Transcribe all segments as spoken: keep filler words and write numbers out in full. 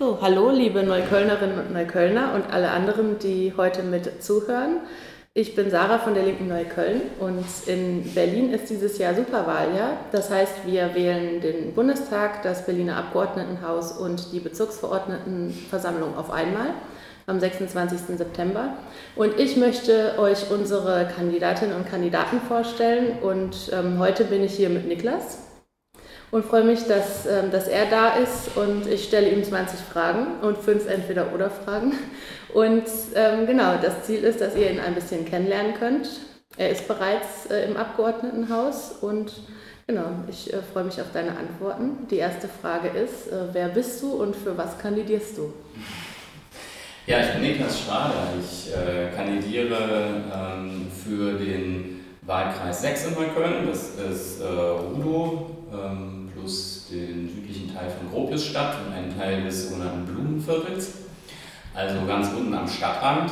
So, hallo liebe Neuköllnerinnen und Neuköllner und alle anderen, die heute mit zuhören. Ich bin Sarah von der Linken Neukölln und in Berlin ist dieses Jahr Superwahljahr. Das heißt, wir wählen den Bundestag, das Berliner Abgeordnetenhaus und die Bezirksverordnetenversammlung auf einmal am sechsundzwanzigsten September. Und ich möchte euch unsere Kandidatinnen und Kandidaten vorstellen und ähm, heute bin ich hier mit Niklas. Und freue mich, dass, ähm, dass er da ist und ich stelle ihm zwanzig Fragen und fünf Entweder-Oder-Fragen. Und ähm, genau, das Ziel ist, dass ihr ihn ein bisschen kennenlernen könnt. Er ist bereits äh, im Abgeordnetenhaus und genau, ich äh, freue mich auf deine Antworten. Die erste Frage ist, äh, wer bist du und für was kandidierst du? Ja, ich bin Niklas Schrader. Ich äh, kandidiere ähm, für den Wahlkreis sechs in Neukölln. Das ist äh, Rudow. Ähm, plus den südlichen Teil von Gropiusstadt und einen Teil des sogenannten Blumenviertels, also ganz unten am Stadtrand.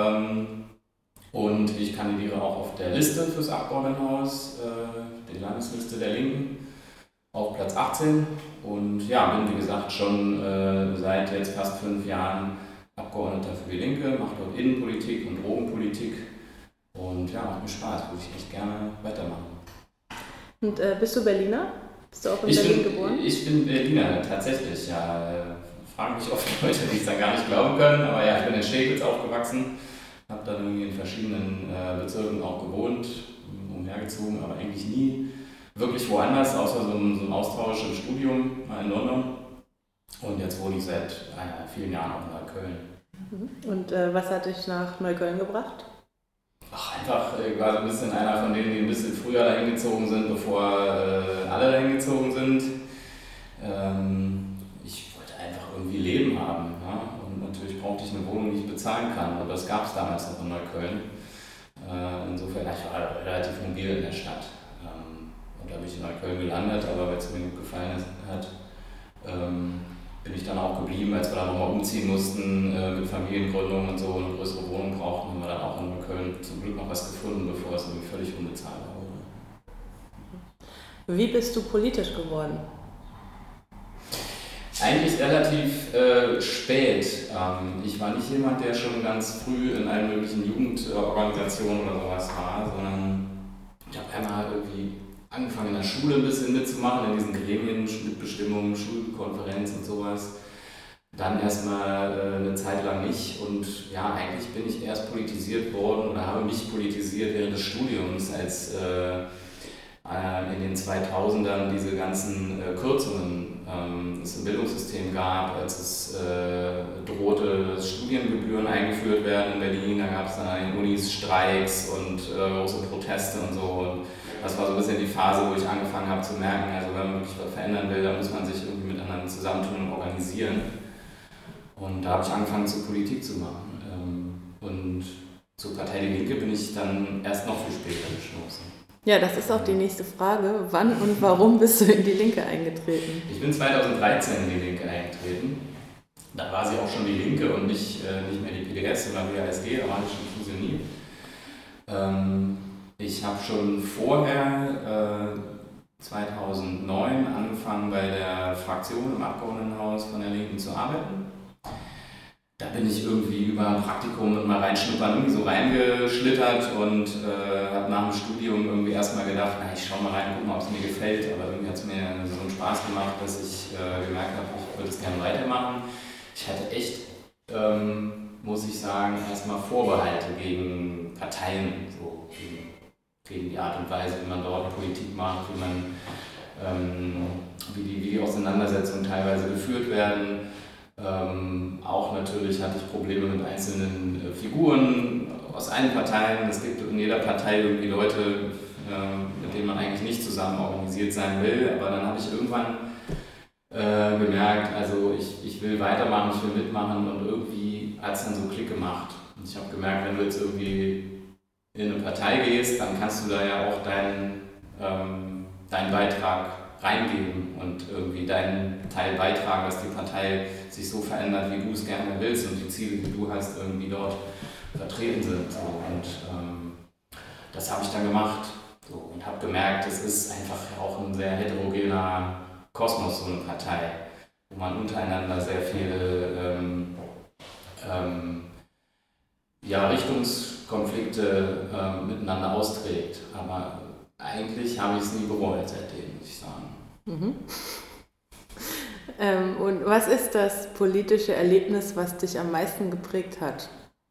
Und ich kandidiere auch auf der Liste fürs Abgeordnetenhaus, die Landesliste der Linken, auf Platz achtzehn. Und ja, bin wie gesagt schon seit jetzt fast fünf Jahren Abgeordneter für die Linke, mache dort Innenpolitik und Drogenpolitik. Und ja, macht mir Spaß, würde ich echt gerne weitermachen. Und äh, bist du Berliner? Bist du auch in ich Berlin bin, geboren? Ich bin Berliner, tatsächlich, ja. Fragen mich oft Leute, die es dann gar nicht glauben können, aber ja, ich bin in Steglitz aufgewachsen, habe dann irgendwie in verschiedenen äh, Bezirken auch gewohnt, umhergezogen, aber eigentlich nie wirklich woanders, außer so einem, so einem Austausch im Studium mal in London. Und jetzt wohne ich seit äh, vielen Jahren auch in Neukölln. Und äh, was hat dich nach Neukölln gebracht? Ach, einfach, ich war so ein bisschen einer von denen, die ein bisschen früher dahin gezogen sind, bevor äh, alle dahin gezogen sind. Ähm, ich wollte einfach irgendwie Leben haben. Ja? Und natürlich brauchte ich eine Wohnung, die ich bezahlen kann. Und das gab es damals noch in Neukölln. Äh, insofern, ich war relativ mobil in der Stadt. Ähm, und da bin ich in Neukölln gelandet, aber weil es mir gut gefallen hat, ähm, bin ich dann auch geblieben, als wir dann nochmal umziehen mussten äh, mit Familiengründung und so, eine größere Wohnung brauchten, haben wir dann auch in Neukölln zum Glück noch was gefunden, bevor es irgendwie völlig unbezahlbar wurde. Wie bist du politisch geworden? Eigentlich relativ äh, spät. Ähm, ich war nicht jemand, der schon ganz früh in allen möglichen Jugendorganisationen oder sowas war, sondern ich habe einmal irgendwie angefangen in der Schule ein bisschen mitzumachen, in diesen Gremien, Mitbestimmungen, Schulkonferenz und sowas. Dann erstmal äh, eine Zeit lang nicht und ja, eigentlich bin ich erst politisiert worden oder habe mich politisiert während des Studiums, als äh, äh, in den zweitausendern diese ganzen äh, Kürzungen ähm, es im Bildungssystem gab, als es äh, drohte, dass Studiengebühren eingeführt werden in Berlin. Da gab es dann an den Unis Streiks und äh, große Proteste und so. Und das war so ein bisschen die Phase, wo ich angefangen habe zu merken, also wenn man wirklich was verändern will, dann muss man sich irgendwie mit anderen zusammentun und organisieren. Und da habe ich angefangen, zur Politik zu machen. Und zur Partei Die Linke bin ich dann erst noch viel später gestoßen. Ja, das ist auch die nächste Frage. Wann und warum bist du in die Linke eingetreten? Ich bin zweitausenddreizehn in die Linke eingetreten. Da war sie auch schon die Linke und nicht, äh, nicht mehr die P D S, sondern die W A S G, da war ich schon fusioniert. Ähm, Ich habe schon vorher, äh, zweitausendneun, angefangen bei der Fraktion im Abgeordnetenhaus von der Linken zu arbeiten. Da bin ich irgendwie über ein Praktikum und mal reinschnuppern irgendwie so reingeschlittert und äh, habe nach dem Studium irgendwie erstmal gedacht, na, ich schau mal rein, guck mal, ob es mir gefällt. Aber irgendwie hat es mir so einen Spaß gemacht, dass ich äh, gemerkt habe, ich würde es gerne weitermachen. Ich hatte echt, ähm, muss ich sagen, erstmal Vorbehalte gegen Parteien, so gegen gegen die Art und Weise, wie man dort Politik macht, wie man ähm, wie, die, wie die Auseinandersetzungen teilweise geführt werden. Ähm, auch natürlich hatte ich Probleme mit einzelnen äh, Figuren aus allen Parteien. Es gibt in jeder Partei irgendwie Leute, äh, mit denen man eigentlich nicht zusammen organisiert sein will. Aber dann habe ich irgendwann äh, gemerkt, also ich, ich will weitermachen, ich will mitmachen und irgendwie hat es dann so Klick gemacht. Und ich habe gemerkt, wenn du jetzt irgendwie in eine Partei gehst, dann kannst du da ja auch deinen, ähm, deinen Beitrag reingeben und irgendwie deinen Teil beitragen, dass die Partei sich so verändert, wie du es gerne willst und die Ziele, die du hast, irgendwie dort vertreten sind. So. Und ähm, das habe ich dann gemacht so, und habe gemerkt, es ist einfach auch ein sehr heterogener Kosmos, so eine Partei. wo man untereinander sehr viele ähm, ähm, ja, Richtungskonflikte äh, miteinander austrägt. Aber eigentlich habe ich es nie bereut seitdem, muss ich sagen. Mhm. ähm, und was ist das politische Erlebnis, was dich am meisten geprägt hat?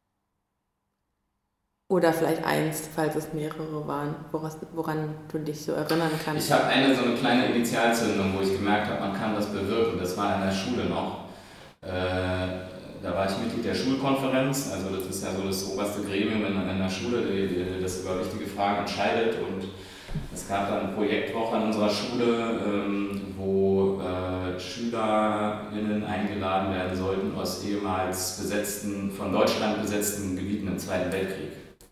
Oder vielleicht eins, falls es mehrere waren, woran, woran du dich so erinnern kannst. Ich habe eine so eine kleine Initialzündung, wo ich gemerkt habe, man kann das bewirken. Das war in der Schule noch. Äh, da war ich Mitglied der Schulkonferenz. Also das ist ja so das oberste Gremium in, in der Schule, die, die das über wichtige Fragen entscheidet. Und es gab dann eine Projektwoche an unserer Schule, ähm, wo äh, SchülerInnen eingeladen werden sollten aus ehemals besetzten, von Deutschland besetzten Gebieten im Zweiten Weltkrieg.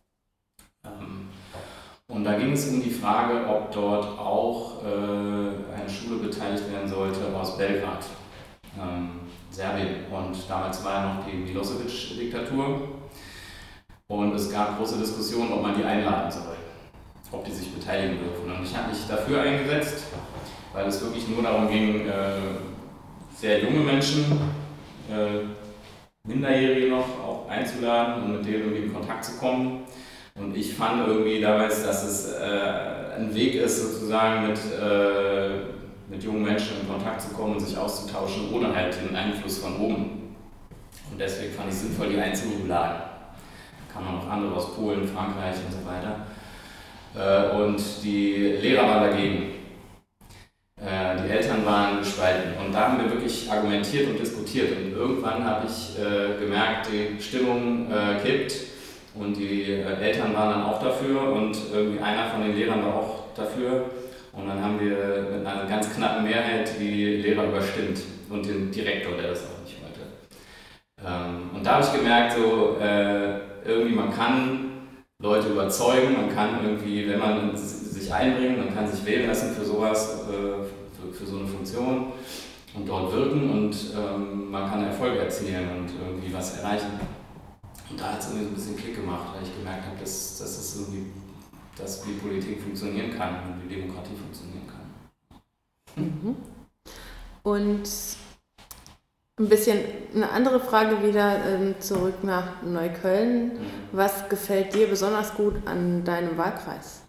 Und da ging es um die Frage, ob dort auch äh, eine Schule beteiligt werden sollte aus Belgrad, ähm, Serbien. Und damals war ja noch die Milosevic-Diktatur. Und es gab große Diskussionen, ob man die einladen soll, ob die sich beteiligen dürfen. Und ich habe mich dafür eingesetzt, weil es wirklich nur darum ging, äh, sehr junge Menschen, äh, Minderjährige noch auch einzuladen und mit denen irgendwie in Kontakt zu kommen. Und ich fand irgendwie damals, dass es äh, ein Weg ist, sozusagen mit, äh, mit jungen Menschen in Kontakt zu kommen und sich auszutauschen, ohne halt den Einfluss von oben. Und deswegen fand ich es sinnvoll, die einzuladen. Da kamen noch andere aus Polen, Frankreich und so weiter. Äh, und die Lehrer waren dagegen. Äh, die Eltern waren gespalten. Und da haben wir wirklich argumentiert und diskutiert. Und irgendwann habe ich äh, gemerkt, die Stimmung äh, kippt. Und die Eltern waren dann auch dafür und irgendwie einer von den Lehrern war auch dafür. Und dann haben wir mit einer ganz knappen Mehrheit die Lehrer überstimmt und den Direktor, der das auch nicht wollte. Und da habe ich gemerkt, so, irgendwie man kann Leute überzeugen, man kann irgendwie, wenn man sich einbringt, man kann sich wählen lassen für sowas, für, für so eine Funktion und dort wirken und man kann Erfolge erzielen und irgendwie was erreichen. Und da hat es irgendwie so ein bisschen Klick gemacht, weil ich gemerkt habe, dass, dass es irgendwie, dass wie Politik funktionieren kann und wie Demokratie funktionieren kann. Mhm. Und ein bisschen eine andere Frage wieder ähm, zurück nach Neukölln. Mhm. Was gefällt dir besonders gut an deinem Wahlkreis?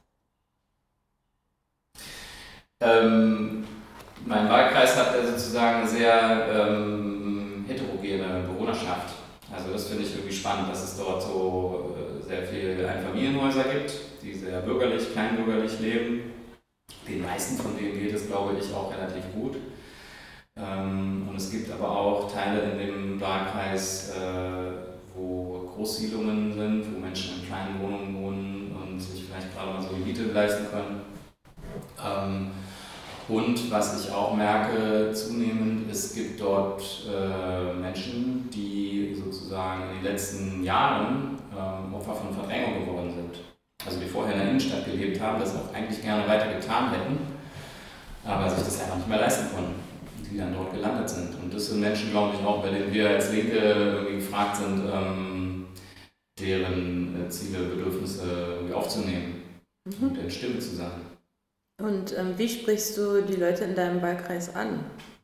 Ähm, mein Wahlkreis hat sozusagen eine sehr ähm, heterogene Bewohnerschaft. Also das finde ich irgendwie spannend, dass es dort so sehr viele Einfamilienhäuser gibt, die sehr bürgerlich, kleinbürgerlich leben. Den meisten von denen geht es, glaube ich, auch relativ gut. Und es gibt aber auch Teile in dem Wahlkreis, wo Großsiedlungen sind, wo Menschen in kleinen Wohnungen wohnen und sich vielleicht gerade mal so die Miete leisten können. Und was ich auch merke zunehmend, es gibt dort äh, Menschen, die sozusagen in den letzten Jahren äh, Opfer von Verdrängung geworden sind. Also die vorher in der Innenstadt gelebt haben, das auch eigentlich gerne weiter getan hätten, aber sich das einfach nicht mehr leisten konnten, die dann dort gelandet sind. Und das sind Menschen, glaube ich, auch, bei denen wir als Linke irgendwie gefragt sind, ähm, deren äh, Ziele, Bedürfnisse irgendwie aufzunehmen mhm. und deren Stimme zu sein. Und ähm, wie sprichst du die Leute in deinem Wahlkreis an?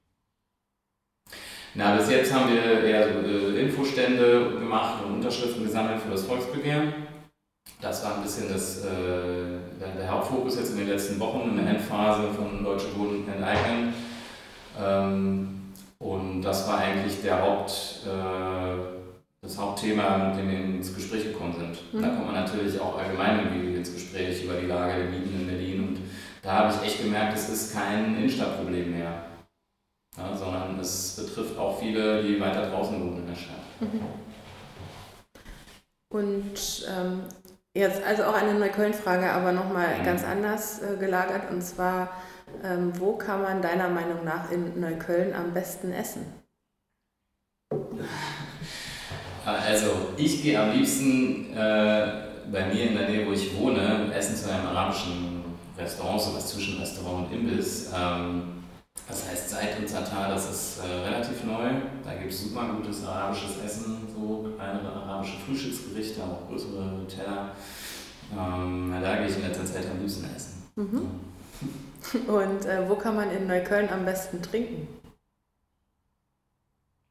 Na, bis jetzt haben wir eher so äh, Infostände gemacht und Unterschriften gesammelt für das Volksbegehren. Das war ein bisschen das, äh, der Hauptfokus jetzt in den letzten Wochen, in der Endphase von Deutsche Wohnen enteignen. Ähm, und das war eigentlich der Haupt, äh, das Hauptthema, mit dem wir ins Gespräch gekommen sind. Mhm. Da kommt man natürlich auch allgemein irgendwie ins Gespräch über die Lage der Mieten in Berlin. Und da habe ich echt gemerkt, es ist kein Innenstadtproblem mehr, ja, sondern es betrifft auch viele, die weiter draußen wohnen in der Stadt. Mhm. Und ähm, jetzt also auch eine Neukölln-Frage, aber nochmal mhm. ganz anders äh, gelagert. Und zwar, ähm, wo kann man deiner Meinung nach in Neukölln am besten essen? Also ich gehe am liebsten äh, bei mir in der Nähe, wo ich wohne, essen zu einem arabischen Restaurant, so was zwischen Restaurant und Imbiss. Ähm, das heißt Zeit und Zatar, das ist äh, relativ neu. Da gibt es super gutes arabisches Essen, so kleinere arabische Frühstücksgerichte, auch größere Teller. Ähm, da gehe ich in letzter Zeit am liebsten essen. Mhm. Und äh, wo kann man in Neukölln am besten trinken?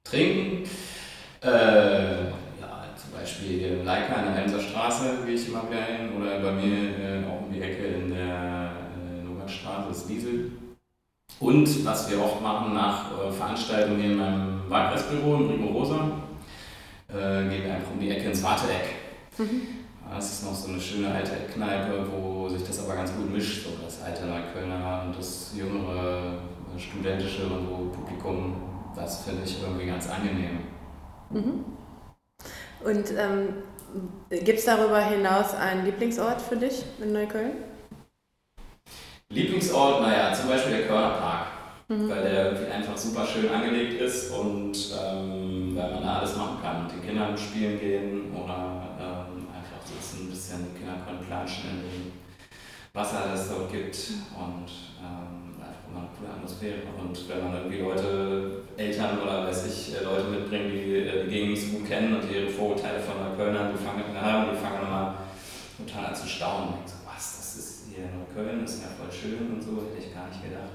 trinken. Äh, ja, zum Beispiel hier im Leica an der Hemser Straße gehe ich immer wieder hin oder bei mir äh, auch um die Ecke in der äh, Nogarstraße, das Wiesel. Und was wir oft machen nach äh, Veranstaltungen hier in meinem Wahlkreisbüro in Rigorosa, äh, gehen wir einfach um die Ecke ins Warteeck. Mhm. Das ist noch so eine schöne alte Eckkneipe, wo sich das aber ganz gut mischt, so das alte Neuköllner und das jüngere, studentische und so Publikum. Das finde ich irgendwie ganz angenehm. Mhm. Und ähm, gibt es darüber hinaus einen Lieblingsort für dich in Neukölln? Lieblingsort, naja, zum Beispiel der Körner Park, mhm. weil der irgendwie einfach super schön angelegt ist und ähm, weil man da alles machen kann. Mit den Kindern spielen gehen oder ähm, einfach sitzen, ein bisschen, die Kinder können planschen in dem Wasser, das es dort gibt und ähm, einfach immer eine coole Atmosphäre. Und wenn man irgendwie Leute, Eltern oder weiß ich, Leute mitbringen, die die Gegend nicht so gut kennen und ihre Vorurteile von Neuköllnern, die fangen an, die fangen immer total an zu staunen. Und denken so, was, das ist hier in Neukölln, das ist ja voll schön und so, hätte ich gar nicht gedacht.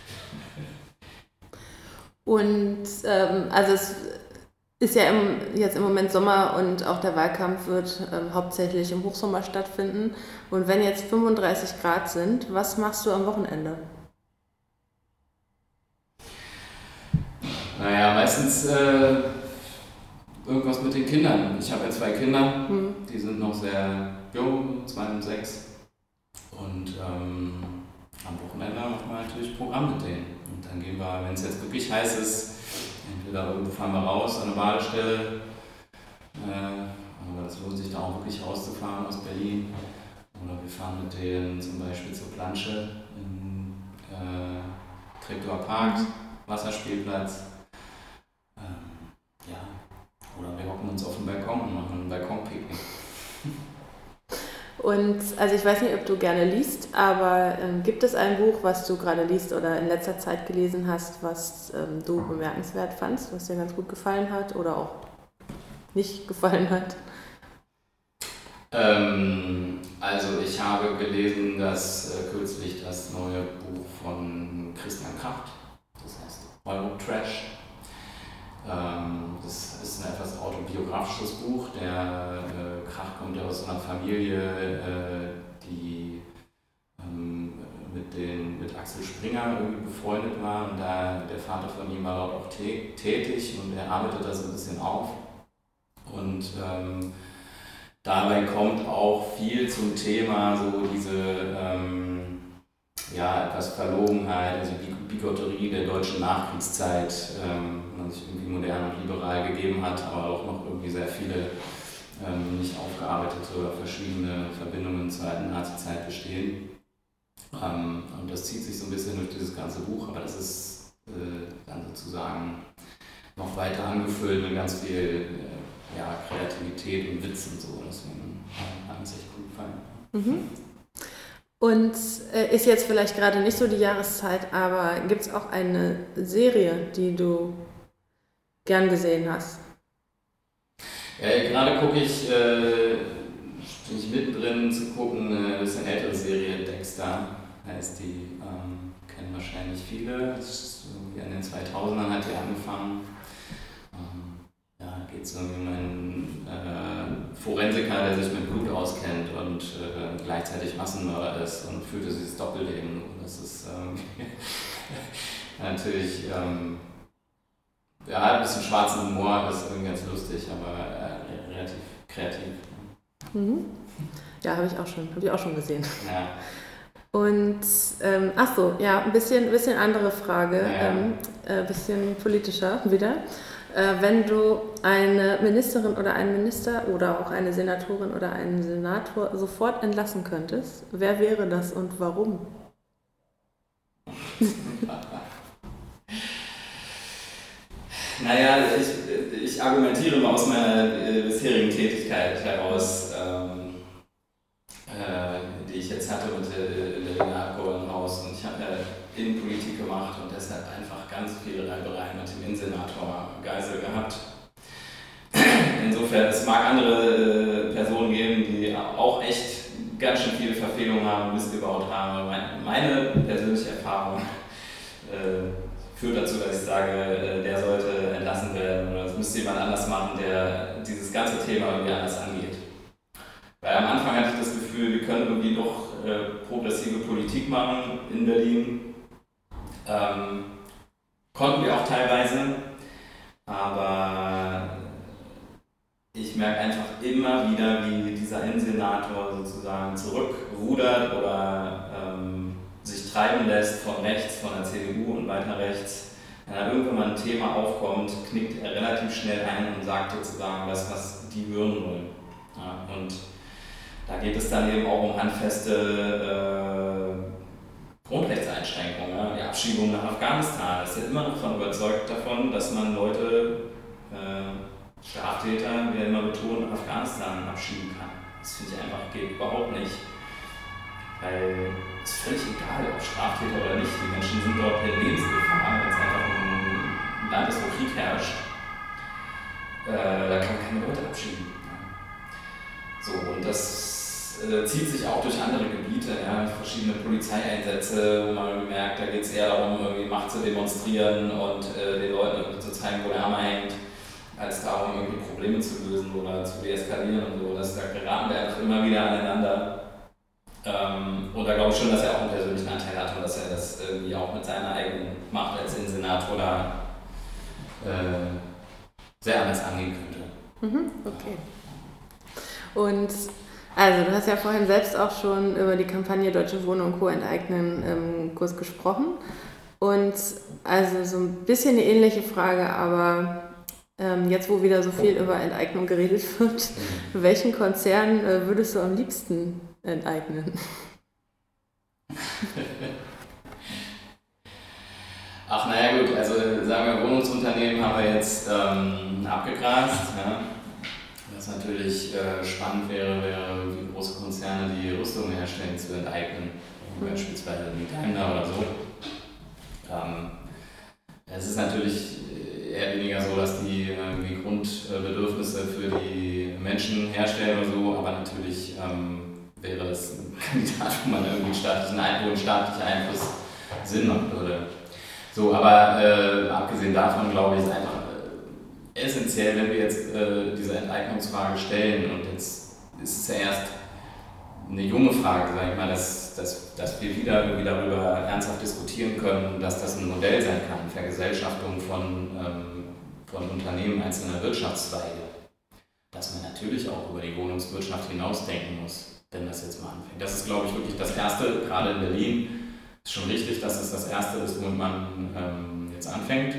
Und ähm, also es ist ja im, jetzt im Moment Sommer und auch der Wahlkampf wird ähm, hauptsächlich im Hochsommer stattfinden. Und wenn jetzt fünfunddreißig Grad sind, was machst du am Wochenende? Naja, meistens äh, irgendwas mit den Kindern. Ich habe ja zwei Kinder, hm. die sind noch sehr jung, zwei und sechs. Und ähm, am Wochenende machen wir natürlich Programm mit denen. Und dann gehen wir, wenn es jetzt wirklich heiß ist, entweder irgendwo fahren wir raus an eine Badestelle. Äh, aber das lohnt sich da auch wirklich rauszufahren aus Berlin. Oder wir fahren mit denen zum Beispiel zur Plansche im äh, Treptower Park, mhm. Wasserspielplatz. Ähm, ja. Oder wir hocken uns auf den Balkon und machen ein Balkonpicknick. Und also ich weiß nicht, ob du gerne liest, aber ähm, gibt es ein Buch, was du gerade liest oder in letzter Zeit gelesen hast, was ähm, du bemerkenswert fandst, was dir ganz gut gefallen hat oder auch nicht gefallen hat? Ähm, also ich habe gelesen, dass äh, kürzlich das neue Buch von Christian Kracht, das heißt Eurotrash. Ähm, das ist ein etwas autobiografisches Buch. Der äh, Kracht kommt ja aus einer Familie, äh, die ähm, mit, den, mit Axel Springer irgendwie befreundet war. Und da, der Vater von ihm war dort auch tä- tätig und er arbeitet das ein bisschen auf. Und ähm, dabei kommt auch viel zum Thema, so diese ähm, ja, etwas Verlogenheit, also die Bigotterie der deutschen Nachkriegszeit, ähm, man sich irgendwie modern und liberal gegeben hat, aber auch noch irgendwie sehr viele ähm, nicht aufgearbeitete oder verschwiegene Verbindungen zur alten Nazi-Zeit bestehen. Ähm, und das zieht sich so ein bisschen durch dieses ganze Buch, aber das ist äh, dann sozusagen noch weiter angefüllt mit ganz viel äh, ja, Kreativität und Witz und so. Deswegen hat es echt gut gefallen. Mhm. Und äh, ist jetzt vielleicht gerade nicht so die Jahreszeit, aber gibt es auch eine Serie, die du gern gesehen hast? Ja, gerade gucke ich, äh, bin ich mittendrin zu gucken, eine bisschen ältere Serie, Dexter heißt die, ähm, kennen wahrscheinlich viele, das ist irgendwie in den zweitausendern hat die angefangen. Ähm, ja, geht es irgendwie um einen äh, Forensiker, der sich mit Blut auskennt und äh, gleichzeitig Massenmörder ist und fühlt dieses Doppelleben. Das ist ähm, natürlich ähm, ja, ein bisschen schwarzen Humor, ist irgendwie ganz lustig, aber äh, relativ kreativ. Mhm. Ja, habe ich auch schon, habe ich auch schon gesehen. Ja. Und ähm, ach so, ja, ein bisschen, bisschen andere Frage, ja. ähm, äh, bisschen politischer wieder. Äh, wenn du eine Ministerin oder einen Minister oder auch eine Senatorin oder einen Senator sofort entlassen könntest, wer wäre das und warum? Naja, ich, ich argumentiere mal aus meiner äh, bisherigen Tätigkeit heraus, ähm, äh, die ich jetzt hatte mit äh, der Renako im Haus. Und ich habe ja Innenpolitik gemacht und deshalb einfach ganz viele Reibereien mit dem Innensenator Geisel gehabt. Insofern, es mag andere äh, Personen geben, die auch echt ganz schön viele Verfehlungen haben, Mist gebaut haben. Meine, meine persönliche Erfahrung äh, führt dazu, dass ich sage, der sollte entlassen werden das müsste jemand anders machen, der dieses ganze Thema irgendwie anders angeht. Weil am Anfang hatte ich das Gefühl, wir können irgendwie doch äh, progressive Politik machen in Berlin. Ähm, konnten wir auch teilweise, aber ich merke einfach immer wieder, wie dieser Innensenator sozusagen zurückrudert oder ähm, sich treiben lässt von rechts, von der C D U und weiter rechts. Wenn da irgendwann mal ein Thema aufkommt, knickt er relativ schnell ein und sagt sozusagen das, was die hören wollen. Ja, und da geht es dann eben auch um handfeste äh, Grundrechtseinschränkungen. Ja? Die Abschiebung nach Afghanistan. Das ist ja immer noch davon überzeugt davon, dass man Leute, äh, Straftäter, wie er immer betont, nach Afghanistan abschieben kann. Das finde ich einfach geht überhaupt nicht. Weil es ist völlig egal, ob Straftäter oder nicht. Die Menschen sind dort in Lebensgefahr, wenn es einfach ein Land ist, wo Krieg herrscht. Äh, da kann man keine Leute abschieben. So, und das äh, zieht sich auch durch andere Gebiete, ja, verschiedene Polizeieinsätze, wo man merkt, da geht es eher darum, irgendwie Macht zu demonstrieren und äh, den Leuten irgendwie zu zeigen, wo der Hammer hängt, als darum, irgendwie Probleme zu lösen oder zu deeskalieren und so. Das, da geraten wir einfach immer wieder aneinander. Ähm, und da glaube ich schon, dass er auch einen persönlichen Anteil hat und dass er das irgendwie auch mit seiner eigenen Macht als Innensenator da äh, sehr anders angehen könnte. Mhm, okay. Und also du hast ja vorhin selbst auch schon über die Kampagne Deutsche Wohnen und Co. enteignen ähm, kurz gesprochen. Und also so ein bisschen eine ähnliche Frage, aber ähm, jetzt wo wieder so viel über Enteignung geredet wird, welchen Konzern äh, würdest du am liebsten enteignen? Ach naja gut, also sagen wir Wohnungsunternehmen haben wir jetzt ähm, abgegrast. Ja. Was natürlich äh, spannend wäre, wäre wie große Konzerne, die Rüstungen herstellen, zu enteignen. Mhm. Beispielsweise die Daimler oder so. Ähm, es ist natürlich eher weniger so, dass die irgendwie Grundbedürfnisse für die Menschen herstellen oder so, aber natürlich ähm, wäre es ein Kandidat, wo man irgendwie staatlichen Einfluss, staatlicher Einfluss Sinn machen würde. So, aber äh, abgesehen davon glaube ich, ist einfach äh, essentiell, wenn wir jetzt äh, diese Enteignungsfrage stellen, und jetzt ist es ja erst eine junge Frage, sage ich mal, dass, dass, dass wir wieder irgendwie darüber ernsthaft diskutieren können, dass das ein Modell sein kann, Vergesellschaftung von, ähm, von Unternehmen einzelner Wirtschaftszweige. Dass man natürlich auch über die Wohnungswirtschaft hinausdenken muss, wenn das jetzt mal anfängt. Das ist, glaube ich, wirklich das Erste, gerade in Berlin. Ist schon richtig, dass es das Erste ist, womit man ähm, jetzt anfängt.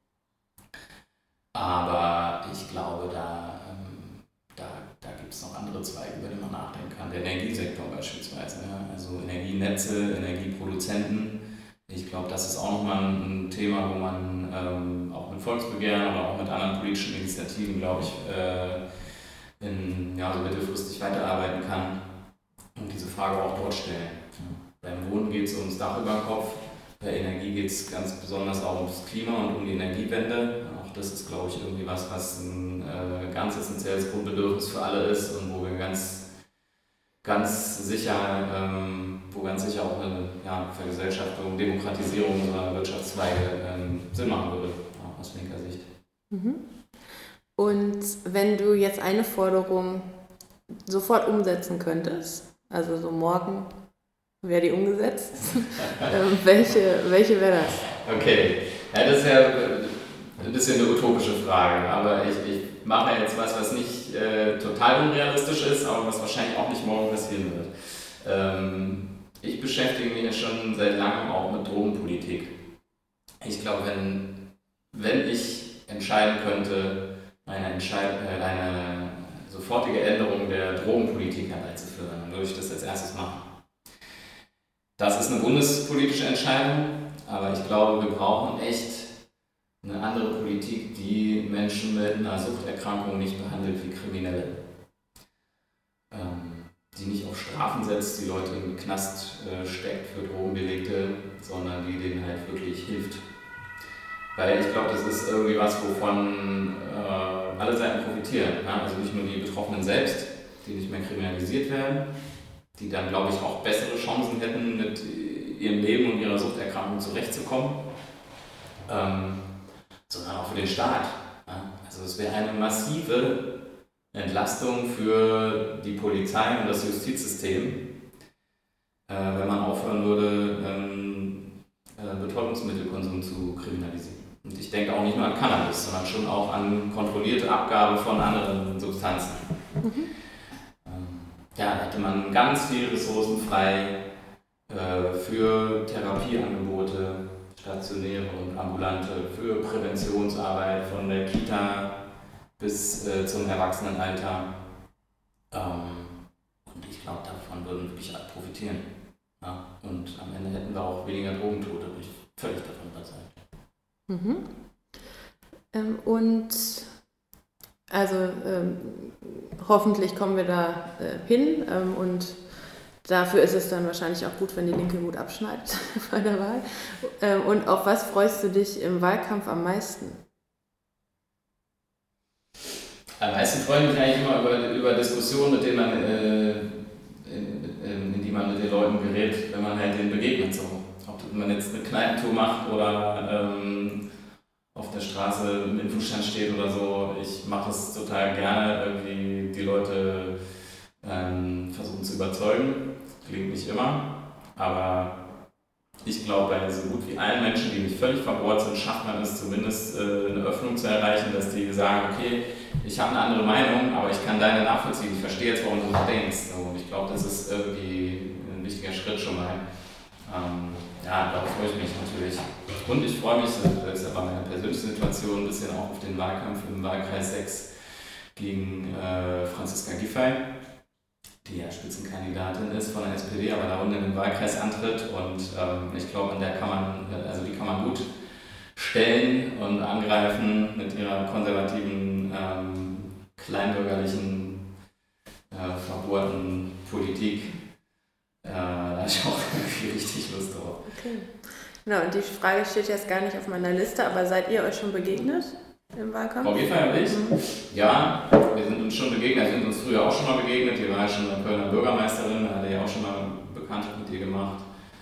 Aber ich glaube, da, ähm, da, da gibt es noch andere Zweige, über die man nachdenken kann. Der Energiesektor beispielsweise, ja? Also Energienetze, Energieproduzenten. Ich glaube, das ist auch nochmal ein Thema, wo man ähm, auch mit Volksbegehren oder auch mit anderen politischen Initiativen, glaube ich, äh, in, ja, so mittelfristig weiterarbeiten kann und diese Frage auch dort stellen. Beim Wohnen geht es ums Dach über den Kopf, bei Energie geht es ganz besonders auch ums Klima und um die Energiewende. Auch das ist, glaube ich, irgendwie was, was ein äh, ganz essentielles Grundbedürfnis für alle ist und wo wir ganz, ganz sicher, ähm, wo ganz sicher auch eine ja, Vergesellschaftung, Demokratisierung unserer Wirtschaftszweige ähm, Sinn machen würde, auch aus linker Sicht. Mhm. Und wenn du jetzt eine Forderung sofort umsetzen könntest, also so morgen wäre die umgesetzt, ähm, welche, welche wäre das? Okay, ja, das ist ja ein bisschen eine utopische Frage, aber ich, ich mache jetzt was, was nicht äh, total unrealistisch ist, aber was wahrscheinlich auch nicht morgen passieren wird. Ähm, ich beschäftige mich ja schon seit langem auch mit Drogenpolitik. Ich glaube, wenn, wenn ich entscheiden könnte, eine, Entscheid- äh, eine sofortige Änderung der Drogenpolitik herbeizuführen, dann würde ich das als erstes machen. Das ist eine bundespolitische Entscheidung, aber ich glaube, wir brauchen echt eine andere Politik, die Menschen mit einer Suchterkrankung nicht behandelt wie Kriminelle. Ähm, die nicht auf Strafen setzt, die Leute im Knast äh, steckt für Drogendelikte, sondern die denen halt wirklich hilft. Weil ich glaube, das ist irgendwie was, wovon äh, alle Seiten profitieren. Ja? Also nicht nur die Betroffenen selbst, die nicht mehr kriminalisiert werden, die dann, glaube ich, auch bessere Chancen hätten, mit ihrem Leben und ihrer Suchterkrankung zurechtzukommen, ähm, sondern auch für den Staat. Ja? Also Also es wäre eine massive Entlastung für die Polizei und das Justizsystem, äh, wenn man aufhören würde, ähm, äh, Betäubungsmittelkonsum zu kriminalisieren. Und ich denke auch nicht nur an Cannabis, sondern schon auch an kontrollierte Abgabe von anderen Substanzen. Mhm. Ähm, ja, da hätte man ganz viel Ressourcen frei äh, für Therapieangebote, stationäre und ambulante, für Präventionsarbeit von der Kita bis äh, zum Erwachsenenalter. Ähm, und ich glaube, davon würden wirklich alle profitieren. Ja? Und am Ende hätten wir auch weniger Drogentote, bin ich völlig davon überzeugt. Mhm. Ähm, und also ähm, hoffentlich kommen wir da äh, hin ähm, und dafür ist es dann wahrscheinlich auch gut, wenn die Linke gut abschneidet bei der Wahl. Ähm, und auf was freust du dich im Wahlkampf am meisten? Am meisten freue ich mich eigentlich immer über, über Diskussionen, mit denen man, äh, in, in, in die man mit den Leuten gerät, wenn man halt denen begegnet. So. Ob man jetzt eine Kneipentour macht oder ähm, auf der Straße im Infostand steht oder so. Ich mache das total gerne, irgendwie die Leute ähm, versuchen zu überzeugen. Klingt nicht immer, aber ich glaube, bei so gut wie allen Menschen, die nicht völlig verbohrt sind, schafft man es zumindest, äh, eine Öffnung zu erreichen, dass die sagen, okay, ich habe eine andere Meinung, aber ich kann deine nachvollziehen, ich verstehe jetzt, warum du so denkst. Und ich glaube, das ist irgendwie ein wichtiger Schritt schon mal. Ähm, ja, darauf freue ich mich natürlich. Und ich freue mich, das ist aber meine persönliche Situation, ein bisschen auch auf den Wahlkampf im Wahlkreis sechs gegen äh, Franziska Giffey, die ja Spitzenkandidatin ist von der S P D, aber da unten in den Wahlkreis antritt. Und ähm, ich glaube, an der kann man, also die kann man gut stellen und angreifen mit ihrer konservativen, ähm, kleinbürgerlichen, äh, verbohrten Politik. Äh, da habe ich auch irgendwie richtig Lust drauf. Okay. Genau, und die Frage steht jetzt gar nicht auf meiner Liste, aber seid ihr euch schon begegnet im Wahlkampf? Frau Giffey und ich? Mhm. Ja, wir sind uns schon begegnet, wir sind uns früher auch schon mal begegnet. Die war ja schon eine Kölner Bürgermeisterin, da hatte ich auch schon mal Bekanntschaft mit ihr gemacht.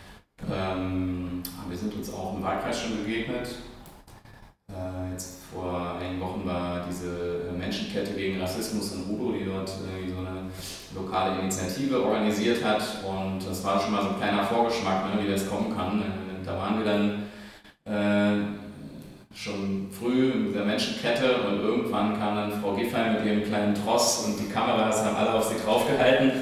Ähm, wir sind uns auch im Wahlkreis schon begegnet. Äh, jetzt vor einigen Wochen war diese Menschenkette gegen Rassismus in Rudo, die dort irgendwie so eine lokale Initiative organisiert hat. Und das war schon mal so ein kleiner Vorgeschmack, ne, wie das kommen kann. Da waren wir dann äh, schon früh in dieser Menschenkette und irgendwann kam dann Frau Giffey mit ihrem kleinen Tross und die Kameras haben alle auf sie draufgehalten.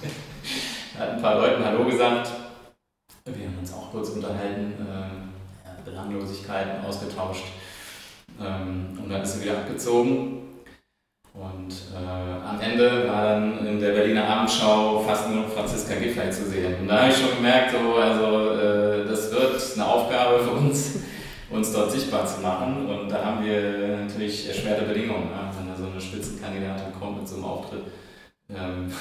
Hat ein paar Leuten Hallo gesagt. Wir haben uns auch kurz unterhalten, äh, ja, Belanglosigkeiten ausgetauscht ähm, und dann ist sie wieder abgezogen. Und äh, am Ende war dann in der Berliner Abendschau fast nur noch Franziska Giffey zu sehen. Und da habe ich schon gemerkt, so, also äh, das wird eine Aufgabe für uns, uns dort sichtbar zu machen. Und da haben wir natürlich erschwerte Bedingungen, ja, wenn da so eine Spitzenkandidatin kommt mit so einem Auftritt. Ähm,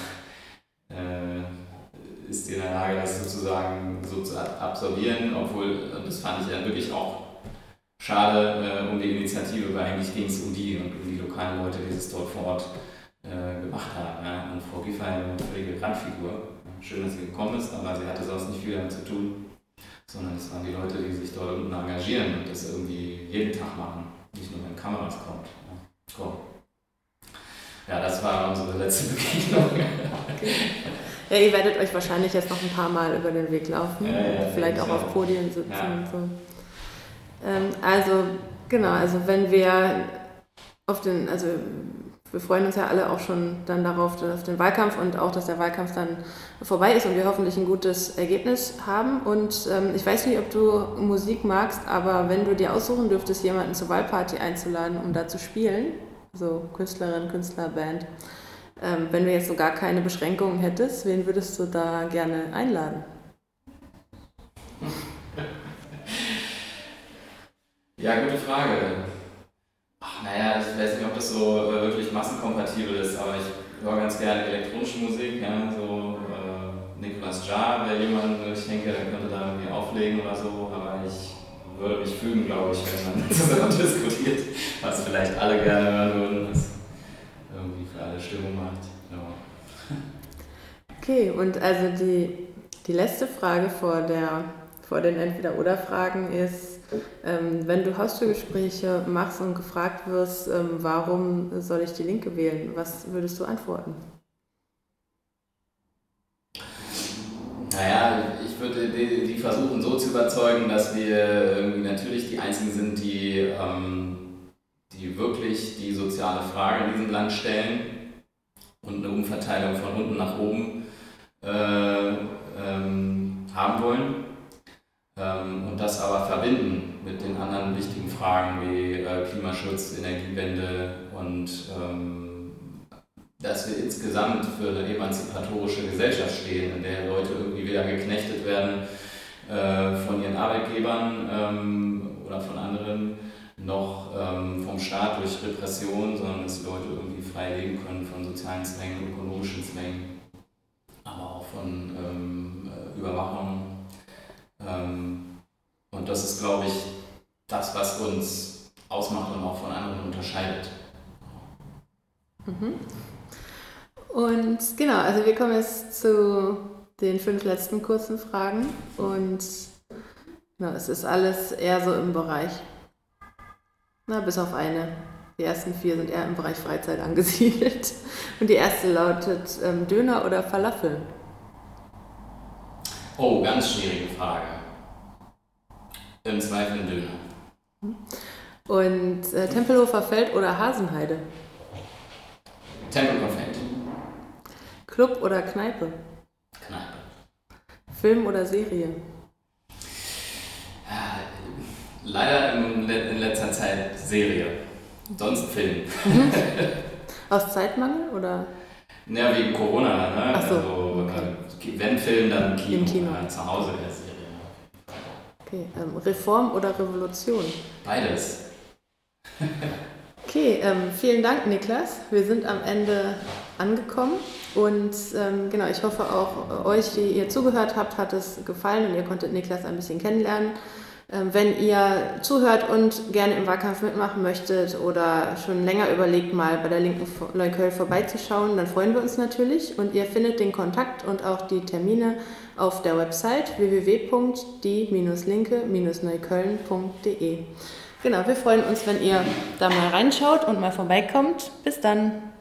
äh, ist die in der Lage, das sozusagen so zu absolvieren, obwohl, und das fand ich dann wirklich auch schade äh, um die Initiative, weil eigentlich ging es um die und um die lokalen Leute, die es dort vor Ort äh, gemacht haben. Ja. Und Frau Giffey eine völlige Randfigur. Schön, dass sie gekommen ist, aber sie hatte sonst nicht viel damit zu tun, sondern es waren die Leute, die sich dort unten engagieren und das irgendwie jeden Tag machen, nicht nur wenn Kameras kommt. Ja, cool. Ja, das war unsere letzte Begegnung. Okay. Ja, ihr werdet euch wahrscheinlich jetzt noch ein paar Mal über den Weg laufen, ja, ja, vielleicht auch auf Podien sitzen ja. und so. Ähm, also, genau, also wenn wir auf den, also wir freuen uns ja alle auch schon dann darauf, auf den Wahlkampf und auch, dass der Wahlkampf dann vorbei ist und wir hoffentlich ein gutes Ergebnis haben. Und ähm, ich weiß nicht, ob du Musik magst, aber wenn du dir aussuchen dürftest, jemanden zur Wahlparty einzuladen, um da zu spielen, so Künstlerin, Künstler, Band, ähm, wenn du jetzt so gar keine Beschränkungen hättest, wen würdest du da gerne einladen? Ja, gute Frage. Ach, naja, ich weiß nicht, ob das so äh, wirklich massenkompatibel ist, aber ich höre ganz gerne elektronische Musik, ja, so äh, Nicolas Jaar wäre jemand, ich denke, der könnte da irgendwie auflegen oder so, aber ich würde mich fügen, glaube ich, wenn man zusammen diskutiert, was vielleicht alle gerne hören würden, was irgendwie für alle Stimmung macht. Ja. Okay, und also die, die letzte Frage vor der vor den Entweder-Oder-Fragen ist, ähm, wenn du Haustürgespräche machst und gefragt wirst, ähm, warum soll ich die Linke wählen, was würdest du antworten? Naja, ich würde die, die versuchen so zu überzeugen, dass wir irgendwie natürlich die Einzigen sind, die, ähm, die wirklich die soziale Frage in diesem Land stellen und eine Umverteilung von unten nach oben äh, ähm, haben wollen. Ähm, und das aber verbinden mit den anderen wichtigen Fragen wie äh, Klimaschutz, Energiewende und ähm, dass wir insgesamt für eine emanzipatorische Gesellschaft stehen, in der Leute irgendwie weder geknechtet werden äh, von ihren Arbeitgebern ähm, oder von anderen, noch ähm, vom Staat durch Repression, sondern dass die Leute irgendwie frei leben können von sozialen Zwängen, ökonomischen Zwängen, aber auch von ähm, Überwachung. Ähm, und das ist, glaube ich, das, was uns ausmacht und auch von anderen unterscheidet. Mhm. Und genau, also wir kommen jetzt zu den fünf letzten kurzen Fragen und genau, es ist alles eher so im Bereich, na, bis auf eine. Die ersten vier sind eher im Bereich Freizeit angesiedelt. Und die erste lautet ähm, Döner oder Falafel? Oh, ganz schwierige Frage. Im Zweifel ein Döner. Und äh, Tempelhofer Feld oder Hasenheide? Tempelhofer Feld. Club oder Kneipe? Kneipe. Film oder Serie? Ja, leider in, in letzter Zeit Serie. Sonst Film. Mhm. Aus Zeitmangel oder? Ja, wegen Corona. Ne? Ach so, also, okay. Wenn Film, dann Kino. Im Kino. Äh, zu Hause der Serie. Okay, ähm, Reform oder Revolution? Beides. Okay, ähm, vielen Dank, Niklas. Wir sind am Ende angekommen und ähm, genau, ich hoffe auch euch, die ihr zugehört habt, hat es gefallen und ihr konntet Niklas ein bisschen kennenlernen. Ähm, wenn ihr zuhört und gerne im Wahlkampf mitmachen möchtet oder schon länger überlegt, mal bei der Linken Neukölln vorbeizuschauen, dann freuen wir uns natürlich und ihr findet den Kontakt und auch die Termine auf der Website w w w punkt die linke neukölln punkt d e. Genau, wir freuen uns, wenn ihr da mal reinschaut und mal vorbeikommt. Bis dann!